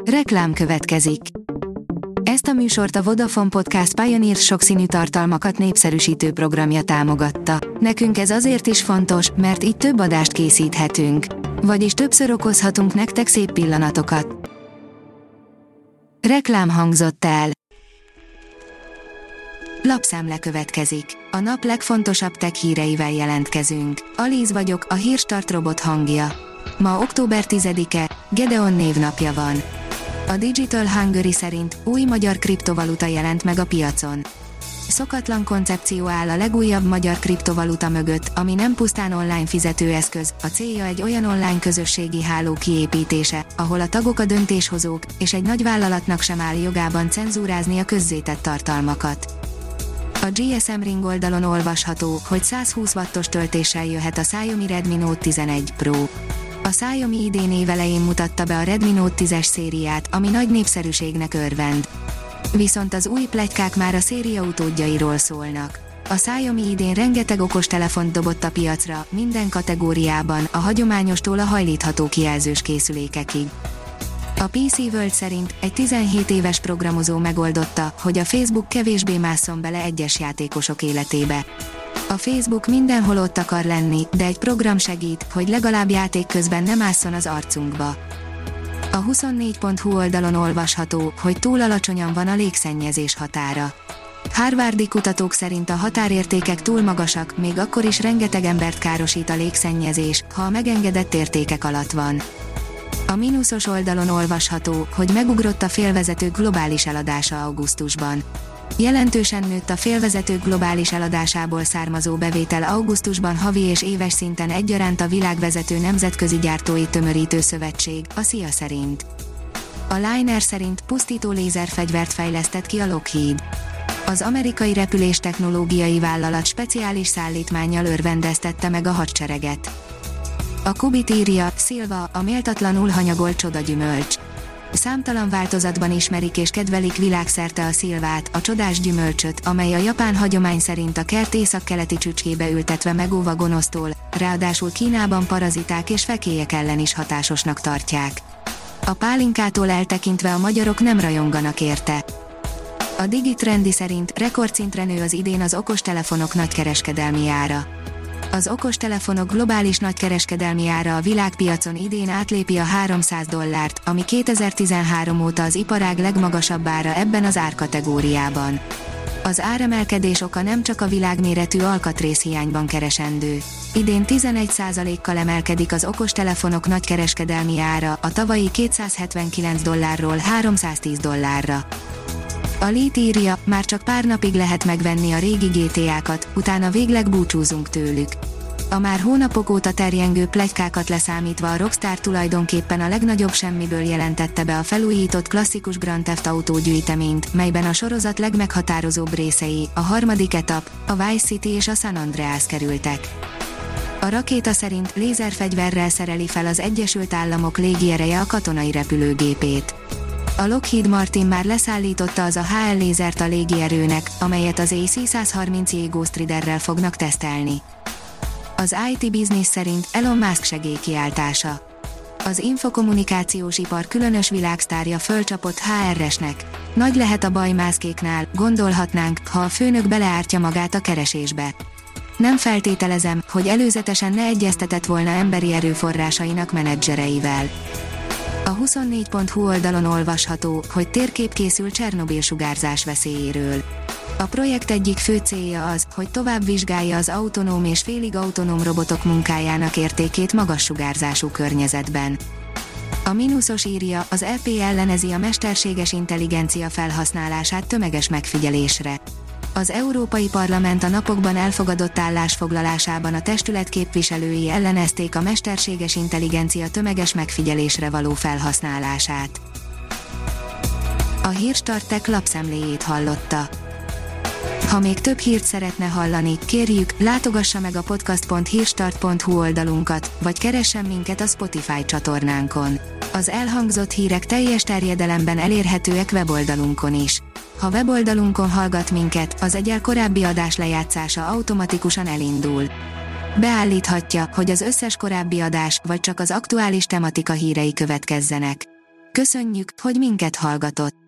Reklám következik. Ezt a műsort a Vodafone Podcast Pioneer sokszínű tartalmakat népszerűsítő programja támogatta. Nekünk ez azért is fontos, mert így több adást készíthetünk. Vagyis többször okozhatunk nektek szép pillanatokat. Reklám hangzott el. Lapszemle következik. A nap legfontosabb tech híreivel jelentkezünk. Alíz vagyok, a Hírstart robot hangja. Ma október 10-e, Gedeon névnapja van. A Digital Hungary szerint új magyar kriptovaluta jelent meg a piacon. Szokatlan koncepció áll a legújabb magyar kriptovaluta mögött, ami nem pusztán online fizetőeszköz, a célja egy olyan online közösségi háló kiépítése, ahol a tagok a döntéshozók, és egy nagy vállalatnak sem áll jogában cenzúrázni a közzétett tartalmakat. A GSM Ring oldalon olvasható, hogy 120 wattos töltéssel jöhet a Xiaomi Redmi Note 11 Pro. A Xiaomi idén évelején mutatta be a Redmi Note 10-es szériát, ami nagy népszerűségnek örvend. Viszont az új pletykák már a széria utódjairól szólnak. A Xiaomi idén rengeteg okostelefont dobott a piacra, minden kategóriában, a hagyományostól a hajlítható kijelzős készülékekig. A PC World szerint egy 17 éves programozó megoldotta, hogy a Facebook kevésbé másszon bele egyes játékosok életébe. A Facebook mindenhol ott akar lenni, de egy program segít, hogy legalább játék közben nem másszon az arcunkba. A 24.hu oldalon olvasható, hogy túl alacsonyan van a légszennyezés határa. Harvardi kutatók szerint a határértékek túl magasak, még akkor is rengeteg embert károsít a légszennyezés, ha a megengedett értékek alatt van. A mínuszos oldalon olvasható, hogy megugrott a félvezetők globális eladása augusztusban. Jelentősen nőtt a félvezetők globális eladásából származó bevétel augusztusban havi és éves szinten egyaránt a világvezető nemzetközi gyártói tömörítő szövetség, a SIA szerint. A Liner szerint pusztító lézerfegyvert fejlesztett ki a Lockheed. Az amerikai repüléstechnológiai vállalat speciális szállítmánnyal örvendeztette meg a hadsereget. A Kubit írja, Szilva, a méltatlanul hanyagolt csodagyümölcs. Számtalan változatban ismerik és kedvelik világszerte a szilvát, a csodás gyümölcsöt, amely a japán hagyomány szerint a kert északkeleti csücskébe ültetve megóva gonosztól, ráadásul Kínában paraziták és fekélyek ellen is hatásosnak tartják. A pálinkától eltekintve a magyarok nem rajonganak érte. A Digitrendi szerint rekordszintre nő az idén az okostelefonok nagykereskedelmi ára. Az okostelefonok globális nagykereskedelmi ára a világpiacon idén átlépi a $300, ami 2013 óta az iparág legmagasabb ára ebben az árkategóriában. Az áremelkedés oka nem csak a világméretű alkatrészhiányban keresendő. Idén 11%-kal emelkedik az okostelefonok nagykereskedelmi ára, a tavalyi $279-ról $310-ra. A Lead írja, már csak pár napig lehet megvenni a régi GTA-kat, utána végleg búcsúzunk tőlük. A már hónapok óta terjengő pletykákat leszámítva a Rockstar tulajdonképpen a legnagyobb semmiből jelentette be a felújított klasszikus Grand Theft Auto gyűjteményt, melyben a sorozat legmeghatározóbb részei, a harmadik etap, a Vice City és a San Andreas kerültek. A rakéta szerint lézerfegyverrel szereli fel az Egyesült Államok légiereje a katonai repülőgépét. A Lockheed Martin már leszállította az a HL lézert a légierőnek, amelyet az AC-130J Ghost Riderrel fognak tesztelni. Az IT Business szerint Elon Musk segélykiáltása. Az infokommunikációs ipar különös világsztárja fölcsapott HR-esnek. Nagy lehet a baj Muskéknál, gondolhatnánk, ha a főnök beleártja magát a keresésbe. Nem feltételezem, hogy előzetesen ne egyeztetett volna emberi erőforrásainak menedzsereivel. A 24.hu oldalon olvasható, hogy térkép készül Csernobil sugárzás veszélyéről. A projekt egyik fő célja az, hogy tovább vizsgálja az autonóm és félig autonóm robotok munkájának értékét magas sugárzású környezetben. A mínuszos írja, az EP ellenezi a mesterséges intelligencia felhasználását tömeges megfigyelésre. Az Európai Parlament a napokban elfogadott állásfoglalásában a testület képviselői ellenezték a mesterséges intelligencia tömeges megfigyelésre való felhasználását. A Hírstart Tech lapszemléjét hallotta. Ha még több hírt szeretne hallani, kérjük, látogassa meg a podcast.hírstart.hu oldalunkat, vagy keressen minket a Spotify csatornánkon. Az elhangzott hírek teljes terjedelemben elérhetőek weboldalunkon is. Ha weboldalunkon hallgat minket, az egyel korábbi adás lejátszása automatikusan elindul. Beállíthatja, hogy az összes korábbi adás, vagy csak az aktuális tematika hírei következzenek. Köszönjük, hogy minket hallgatott!